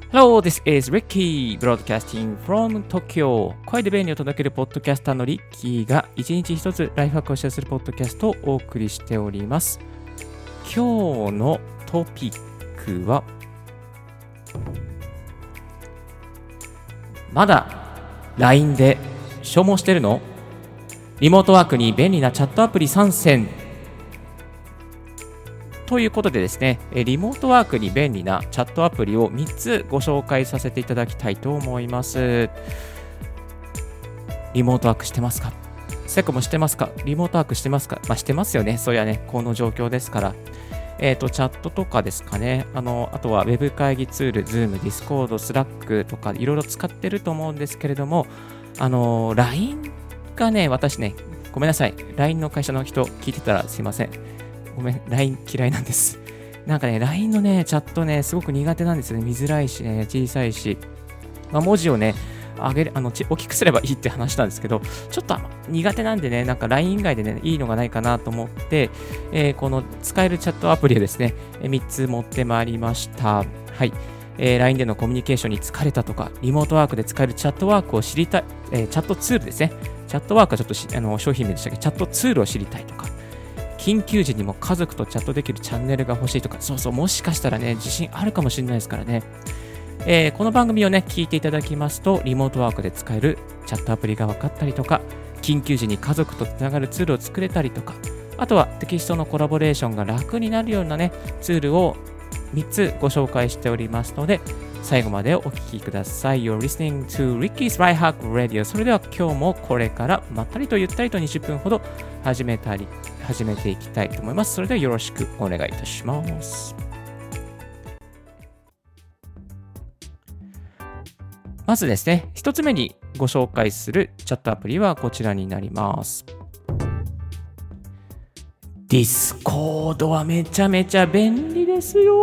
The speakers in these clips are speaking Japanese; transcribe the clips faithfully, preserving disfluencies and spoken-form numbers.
Hello, this is Ricky, broadcasting from Tokyo. 声で便利を届けるポッドキャスターのリッキーが一日一つライフハックをシェアするポッドキャストをお送りしております。今日のトピックは、まだ ライン で消耗してるの？リモートワークに便利なチャットアプリ参戦。ということでですね、リモートワークに便利なチャットアプリをみっつご紹介させていただきたいと思います。リモートワークしてますか？セコもしてますか？リモートワークしてますか？まあしてますよね。そりゃね、この状況ですから。えっと、チャットとかですかね。あの、あとはウェブ会議ツール、Zoom、Discord、Slack とかいろいろ使ってると思うんですけれども、あの、ライン がね、私ね、ごめんなさい。ライン の会社の人聞いてたらすいません。ごめん、ライン 嫌いなんです。なんかね、ライン のね、チャットね、すごく苦手なんですよね。見づらいしね、小さいし。まあ、文字をね、上げる、あの、大きくすればいいって話なんですけど、ちょっと苦手なんでね、なんか ライン 以外でね、いいのがないかなと思って、えー、この使えるチャットアプリをですね、みっつ持ってまいりました。はい。えー、ライン でのコミュニケーションに疲れたとか、リモートワークで使えるチャットワークを知りたい、えー、チャットツールですね。チャットワークはちょっとしあの商品名でしたけど、チャットツールを知りたいとか、緊急時にも家族とチャットできるチャンネルが欲しいとか、そうそう、もしかしたらね、自信あるかもしれないですからね。えー、この番組をね、聞いていただきますと、リモートワークで使えるチャットアプリが分かったりとか、緊急時に家族とつながるツールを作れたりとか、あとはテキストのコラボレーションが楽になるようなね、ツールをみっつご紹介しておりますので、最後までお聞きください。You're listening to Ricky's Life Hack Radio。それでは今日もこれからまったりとゆったりとにじゅっぷんほど始めたり、始めていきたいと思います。それではよろしくお願いいたします。まずですね、一つ目にご紹介するチャットアプリはこちらになります。Discord はめちゃめちゃ便利ですよ。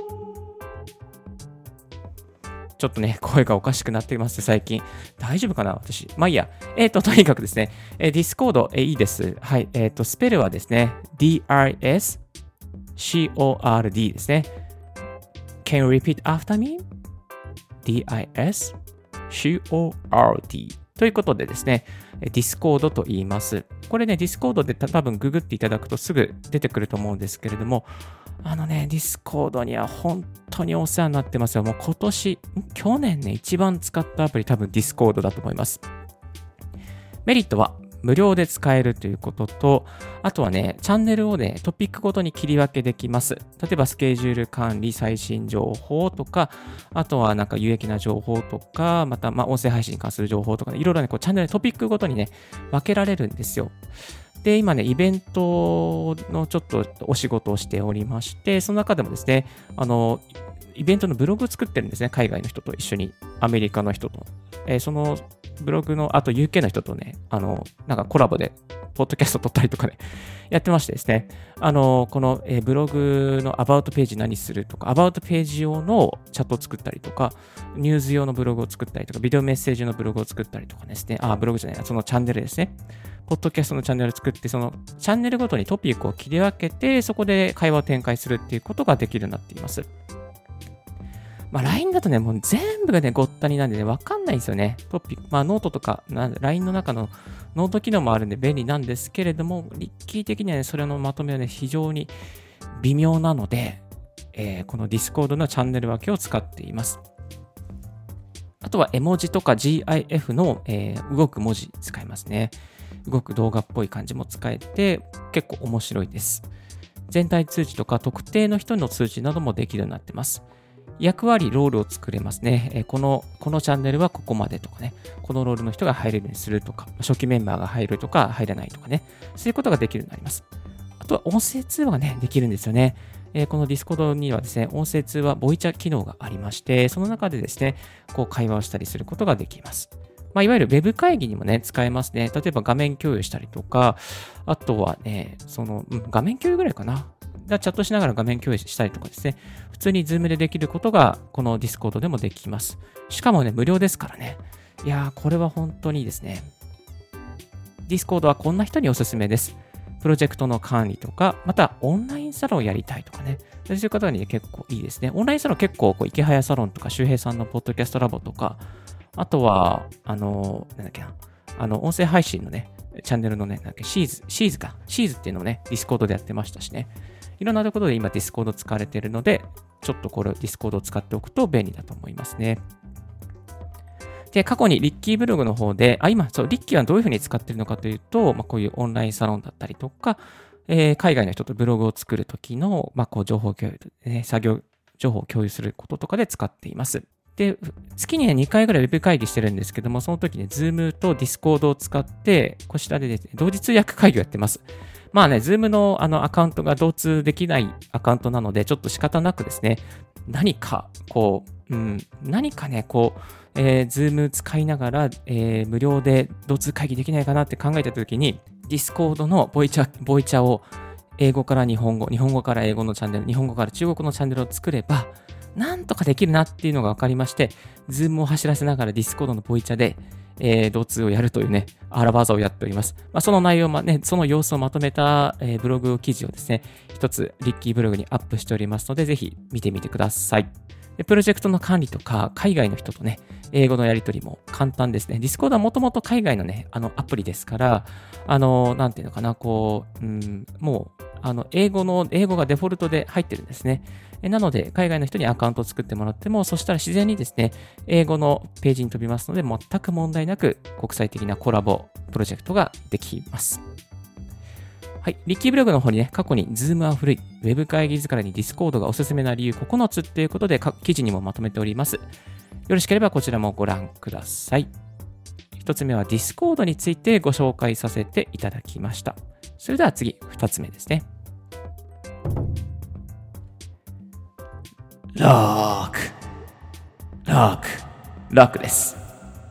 ちょっとね、声がおかしくなってます、最近。大丈夫かな私。まあいいや。えっと、とにかくですね、えー、Discord、えー、いいです。はい。えっと、スペルはですね、ディーアールエスシーオーアールディー ですね。Can you repeat after me? ディーアールエスシーオーアールディー ということでですね、Discord と言います。これね、Discord で多分ググっていただくとすぐ出てくると思うんですけれども、あのね、Discord には本当にお世話になってますよ。もう今年、去年ね、一番使ったアプリ多分 Discord だと思います。メリットは無料で使えるということと、あとはね、チャンネルをね、トピックごとに切り分けできます。例えばスケジュール管理、最新情報とか、あとはなんか有益な情報とか、またまあ音声配信に関する情報とか、ね、いろいろね、こうチャンネルトピックごとにね、分けられるんですよ。で、今ね、イベントのちょっとお仕事をしておりまして、その中でもですね、あの、イベントのブログを作ってるんですね。海外の人と一緒に、アメリカの人と。えー、そのブログの、あと ユーケー の人とね、あの、なんかコラボで、ポッドキャスト撮ったりとかね、やってましてですね、あの、この、えー、ブログのアバウトページ何するとか、アバウトページ用のチャットを作ったりとか、ニュース用のブログを作ったりとか、ビデオメッセージのブログを作ったりとかですね、あ、ブログじゃない、そのチャンネルですね。ポッドキャストのチャンネルを作って、そのチャンネルごとにトピックを切り分けて、そこで会話を展開するっていうことができるようになっています。まあ、ライン だとね、もう全部がね、ごったになんでね、わかんないんですよね。トピック、まあ、ノートとか、ライン の中のノート機能もあるんで便利なんですけれども、リッキー的にはね、それのまとめはね、非常に微妙なので、えー、この Discord のチャンネル分けを使っています。あとは絵文字とか ジーアイエフ の、えー、動く文字使いますね。動く動画っぽい感じも使えて結構面白いです。全体通知とか特定の人の通知などもできるようになってます。役割、ロールを作れますね。えー、この、このチャンネルはここまでとかね、このロールの人が入れるようにするとか、初期メンバーが入るとか入らないとかね、そういうことができるようになります。あとは音声通話がね、できるんですよね。えー、この Discord にはですね、音声通話、ボイチャ機能がありまして、その中でですね、こう会話をしたりすることができます。まあ、いわゆるウェブ会議にもね、使えますね。例えば画面共有したりとか、あとはね、その、うん、画面共有ぐらいかな。チャットしながら画面共有したりとかですね、普通に Zoom でできることが、この Discord でもできます。しかもね、無料ですからね。いやー、これは本当にいいですね。Discord はこんな人におすすめです。 プロジェクトの管理とか、またオンラインサロンをやりたいとかね、そういう方に結構いいですね。オンラインサロン結構、こう池早サロンとか、周平さんのポッドキャストラボとか、あとは、あの、なんだっけな、あの、音声配信のね、チャンネルのね、なんだっけ、シーズ、シーズか、シーズっていうのをね、ディスコードでやってましたしね。いろんなところで今ディスコード使われているので、ちょっとこれディスコードを使っておくと便利だと思いますね。で、過去にリッキーブログの方で、あ、今、そう、リッキーはどういうふうに使っているのかというと、まあ、こういうオンラインサロンだったりとか、えー、海外の人とブログを作るときの、まあ、こう、情報共有、ね、作業情報を共有することとかで使っています。で、月にね、にかいぐらいウェブ会議してるんですけども、その時ね、Zoom と Discord を使って、こちらで、ね、同時通訳会議をやってます。まあね、Zoom のあのアカウントが同通できないアカウントなので、ちょっと仕方なくですね、何か、こう、うん、何かね、こう、えー、Zoom 使いながら、えー、無料で同通会議できないかなって考えたときに、Discord のボイチャ、ボイチャを英語から日本語、日本語から英語のチャンネル、日本語から中国のチャンネルを作れば、なんとかできるなっていうのが分かりまして、Zoom を走らせながら Discord のボイチャで、えー、同通をやるというね、荒技をやっております。まあ、その内容、まね、その様子をまとめた、えー、ブログ記事をですね、一つリッキーブログにアップしておりますので、ぜひ見てみてください。でプロジェクトの管理とか、海外の人とね、英語のやり取りも簡単ですね。Discord はもともと海外のね、あのアプリですから、あの、なんていうのかな、こう、うん、もう、あの、英語の、英語がデフォルトで入ってるんですね。なので、海外の人にアカウントを作ってもらっても、そしたら自然にですね、英語のページに飛びますので、全く問題なく国際的なコラボプロジェクトができます。はい。リッキーブログの方にね、過去に Zoom は古い、ウェブ会議疲れに Discord がおすすめな理由ここのつということで、記事にもまとめております。よろしければこちらもご覧ください。一つ目は Discord についてご紹介させていただきました。それでは次、二つ目ですね。ラーク。ラーク。ラークです。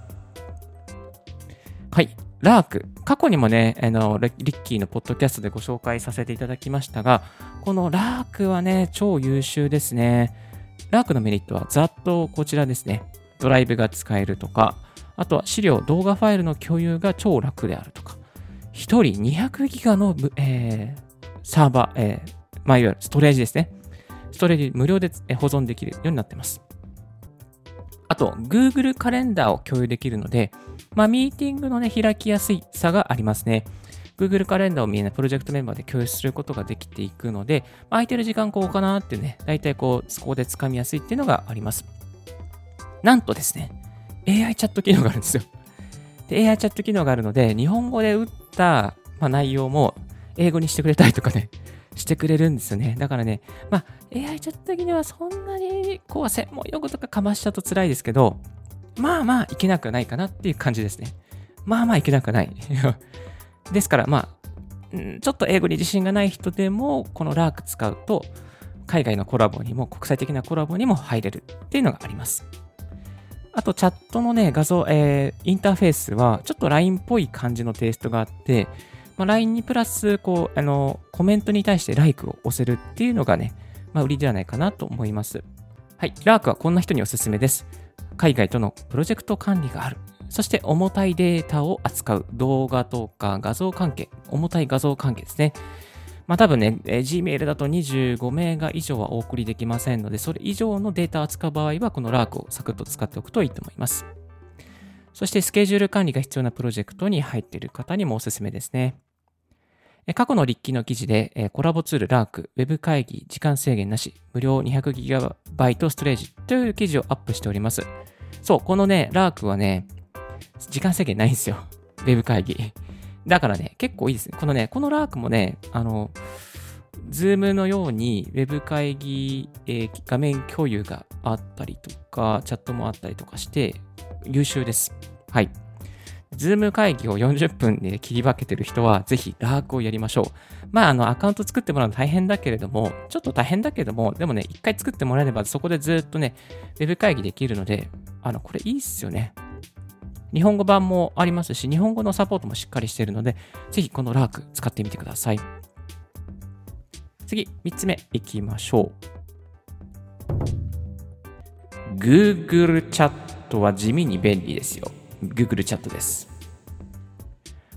はい。ラーク。過去にもね、あの、リッキーのポッドキャストでご紹介させていただきましたが、このラークはね、超優秀ですね。ラークのメリットはざっとこちらですね。ドライブが使えるとか、あとは資料、動画ファイルの共有が超楽であるとか、ひとりにひゃくギガの、えー、サーバー、えー、まあ、いわゆるストレージですね。ストレージ無料で保存できるようになっています。あと、Google カレンダーを共有できるので、まあ、ミーティングのね、開きやすいさがありますね。Google カレンダーをみんなプロジェクトメンバーで共有することができていくので、まあ、空いてる時間こうかなってね、大体こう、そこで掴みやすいっていうのがあります。なんとですね、エーアイ チャット機能があるんですよ。で、エーアイ チャット機能があるので、日本語で打った、まあ、内容も英語にしてくれたりとかね、してくれるんですよね。だからね、まあ、エーアイ チャット的にはそんなに、こう、専門用語とかかましちゃうと辛いですけど、まあまあ、いけなくないかなっていう感じですね。まあまあ、いけなくない。ですから、まあ、ちょっと英語に自信がない人でも、このラーク使うと、海外のコラボにも、国際的なコラボにも入れるっていうのがあります。あと、チャットのね、画像、えー、インターフェースは、ちょっと ライン っぽい感じのテイストがあって、まあ、ライン にプラス、こう、あの、コメントに対して like を押せるっていうのがね、まあ、売りではないかなと思います。はい。ラークはこんな人におすすめです。海外とのプロジェクト管理がある。そして、重たいデータを扱う。動画とか画像関係。重たい画像関係ですね。まあ多分ね、えー、Gmail だとにじゅうごメガ以上はお送りできませんので、それ以上のデータを扱う場合は、このラークをサクッと使っておくといいと思います。そして、スケジュール管理が必要なプロジェクトに入っている方にもおすすめですね。過去のリッキーの記事で、コラボツールラーク、ウェブ会議、時間制限なし、無料 にひゃくギガバイト ストレージという記事をアップしております。そう、このね、ラークはね、時間制限ないんですよ。ウェブ会議。だからね、結構いいですね。このね、このラークもね、あの、Zoom のようにウェブ会議、えー、画面共有があったりとか、チャットもあったりとかして、優秀です。はい。Zoom 会議をよんじゅっぷんで切り分けてる人は、ぜひラークをやりましょう。まあ、あの、アカウント作ってもらうの大変だけれども、ちょっと大変だけども、でもね、一回作ってもらえれば、そこでずっとね、ウェブ会議できるので、あの、これいいっすよね。日本語版もありますし、日本語のサポートもしっかりしているので、ぜひこのラーク使ってみてください。次、みっつめいきましょう。Google チャットは地味に便利ですよ。Google チャットです。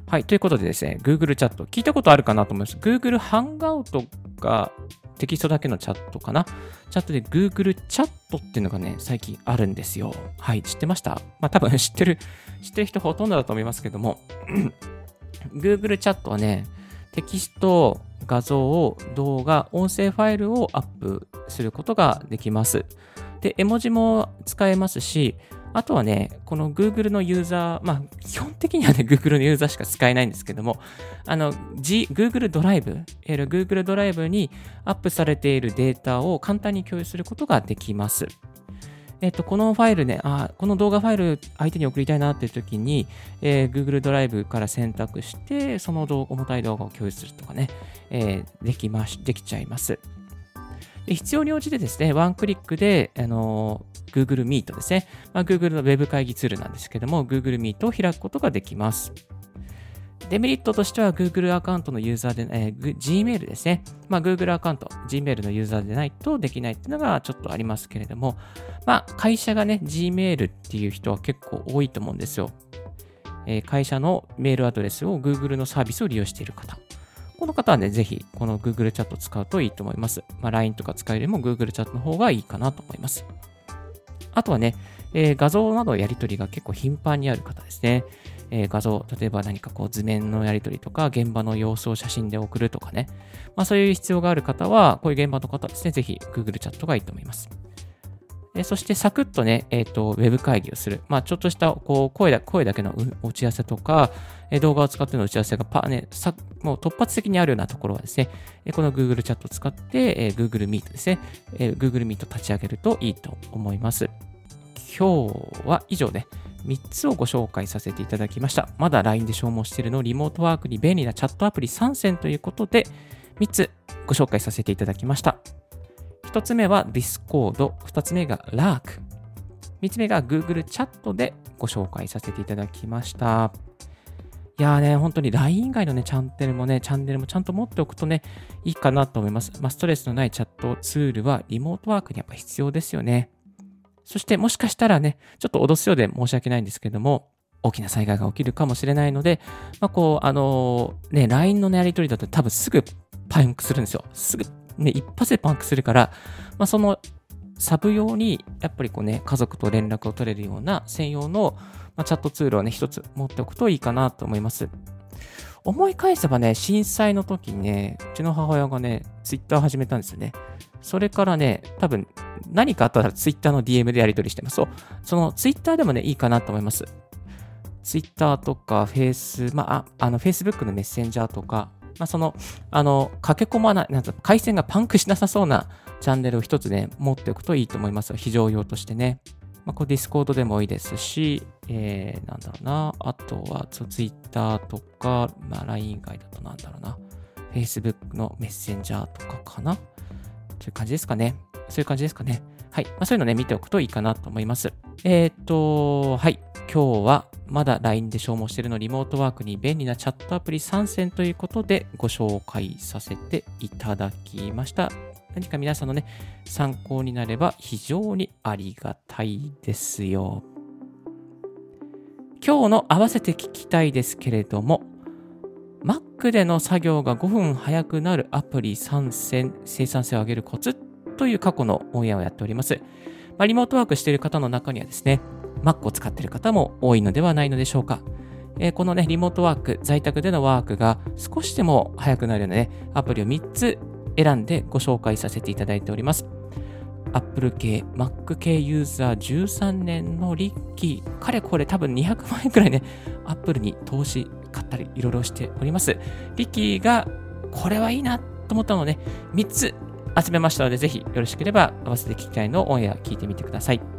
はい。ということでですね、Google チャット。聞いたことあるかなと思います。Google ハンガウトがテキストだけのチャットかな。チャットで Google チャットっていうのがね、最近あるんですよ。はい。知ってました？まあ多分知ってる、知ってる人ほとんどだと思いますけども、Google チャットはね、テキスト、画像、動画、音声ファイルをアップすることができます。で、絵文字も使えますし、あとはね、この Google のユーザー、まあ、基本的にはね、Google のユーザーしか使えないんですけども、あの、G、Google ドライブ、えー、Google ドライブにアップされているデータを簡単に共有することができます。えっと、このファイルね、あ、この動画ファイル相手に送りたいなっていう時に、えー、Google ドライブから選択して、その動重たい動画を共有するとかね、えー、できまし、できちゃいます。で必要に応じてですね、ワンクリックで、あのー、Google Meet ですね、まあ、Google のウェブ会議ツールなんですけども、Google Meet を開くことができます。デメリットとしては Google アカウントのユーザーで、えー、Gmail ですね。まあ、Google アカウント、Gmail のユーザーでないとできないっていうのがちょっとありますけれども、まあ、会社がね、Gmail っていう人は結構多いと思うんですよ。えー、会社のメールアドレスを Google のサービスを利用している方。この方はね、ぜひこの Google チャットを使うといいと思います。まあ、ライン とか使うよりも Google チャットの方がいいかなと思います。あとはね、えー、画像などやり取りが結構頻繁にある方ですね。えー、画像、例えば何かこう図面のやり取りとか、現場の様子を写真で送るとかね。まあそういう必要がある方は、こういう現場の方ですね、ぜひ Google チャットがいいと思います。えー、そしてサクッとね、えっと、ウェブ会議をする。まあちょっとしたこう声だ声だけの打ち合わせとか、えー、動画を使っての打ち合わせがパね、さもう突発的にあるようなところはですね、えー、この Google チャットを使って、えー、Google Meet ですね、えー、Google Meet 立ち上げるといいと思います。今日は以上でみっつをご紹介させていただきました。まだ ライン で消耗しているのリモートワークに便利なチャットアプリさんせんということでみっつご紹介させていただきました。ひとつめは Discord、ふたつめが ラーク、みっつめが Google チャットでご紹介させていただきました。いやーね、本当に ライン 以外のね、チャンネルもね、チャンネルもちゃんと持っておくとね、いいかなと思います。まあ、ストレスのないチャットツールはリモートワークにやっぱ必要ですよね。そしてもしかしたらね、ちょっと脅すようで申し訳ないんですけども、大きな災害が起きるかもしれないので、まあ、こう、あのー、ね、ライン の、ね、やり取りだと多分すぐパンクするんですよ。すぐ、ね、一発でパンクするから、まあ、そのサブ用に、やっぱりこうね、家族と連絡を取れるような専用の、まあ、チャットツールをね、一つ持っておくといいかなと思います。思い返せばね、震災の時にね、うちの母親がね、ツイッター始めたんですよね。それからね、多分何かあったらツイッターの ディーエム でやり取りしてます。そう。そのツイッターでもね、いいかなと思います。ツイッターとかフェイス、まあ、ああの、Facebook のメッセンジャーとか、まあ、その、あの、駆け込まない、なんか回線がパンクしなさそうなチャンネルを一つね、持っておくといいと思いますよ。非常用としてね。まあ、こう Discord でもいいですし、えー、なんだろうな。あとは、Twitter とか、まあ、ライン 以外だとなんだろうな。Facebook のメッセンジャーとかかな。そういう感じですかね。そういう感じですかね。はい。まあ、そういうのね、見ておくといいかなと思います。えーっと、はい。今日はまだ ライン で消耗しているのリモートワークに便利なチャットアプリさんせんということでご紹介させていただきました。何か皆さんのね、参考になれば非常にありがたいですよ。今日の合わせて聞きたいですけれども、Mac での作業がごふん早くなるアプリさんせん、生産性を上げるコツという過去のオンエアをやっております。まあ、リモートワークしている方の中にはですね、Mac を使っている方も多いのではないのでしょうか。えー、このね、リモートワーク、在宅でのワークが少しでも早くなるようなね、アプリをみっつ選んでご紹介させていただいております。Apple 系、Mac 系ユーザーじゅうさんねんのリッキー、彼これ多分にひゃくまんえんくらいね、Apple に投資買ったりいろいろしております。リッキーがこれはいいなと思ったのをね、みっつ集めましたので、ぜひよろしければ合わせて聞きたいのオンエア聞いてみてください。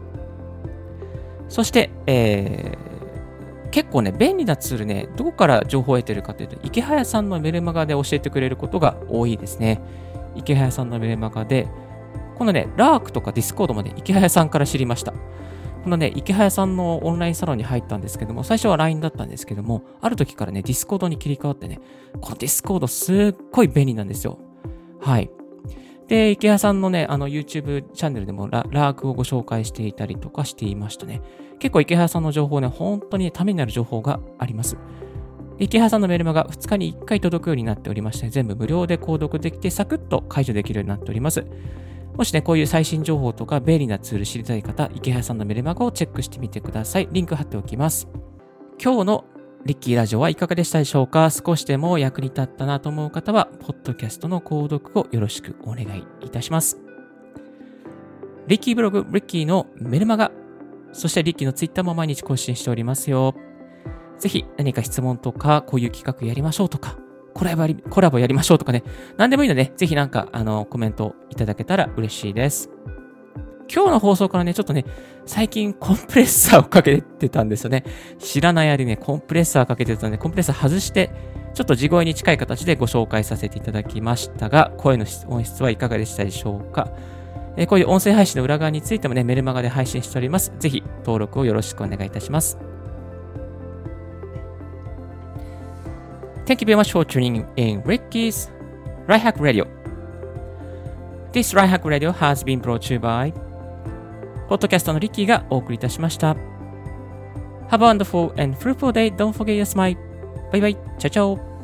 そして、えー、結構ね、便利なツールね、どこから情報を得ているかというと、池早さんのメルマガで教えてくれることが多いですね。池早さんのメルマガで、このね、ラークとかディスコードまで池早さんから知りました。このね、池早さんのオンラインサロンに入ったんですけども、最初は ライン だったんですけども、ある時からね、ディスコードに切り替わってね、このディスコードすっごい便利なんですよ。はい。で、池谷さんのね、あの YouTube チャンネルでもララークをご紹介していたりとかしていましたね。結構池谷さんの情報ね、本当にためになる情報があります。 リキハさんのメルマガふつかにいっかい届くようになっておりまして、全部無料で購読できてサクッと解除できるようになっております。もしね、こういう最新情報とか便利なツール知りたい方、池原さんのメルマガをチェックしてみてください。リンク貼っておきます。今日のリッキーラジオはいかがでしたでしょうか？少しでも役に立ったなと思う方は、ポッドキャストの購読をよろしくお願いいたします。リッキーブログ、リッキーのメルマガ、そしてリッキーのツイッターも毎日更新しておりますよ。ぜひ何か質問とか、こういう企画やりましょうとか、コラボやり、コラボやりましょうとかね、何でもいいので、ぜひなんかあのコメントいただけたら嬉しいです。今日の放送からね、ちょっとね、最近コンプレッサーをかけてたんですよね。知らない間にね、コンプレッサーかけてたんで、コンプレッサー外して、ちょっと地声に近い形でご紹介させていただきましたが、声の音質はいかがでしたでしょうか？えー、こういう音声配信の裏側についてもね、メルマガで配信しております。ぜひ登録をよろしくお願いいたします。Thank you very much for tuning in Ricky's Right Hack Radio.This Right Hack Radio has been brought to you by ポッドキャストのリッキーがお送りいたしました。Have a wonderful and fruitful day. Don't forget your smile. Bye bye. Ciao ciao.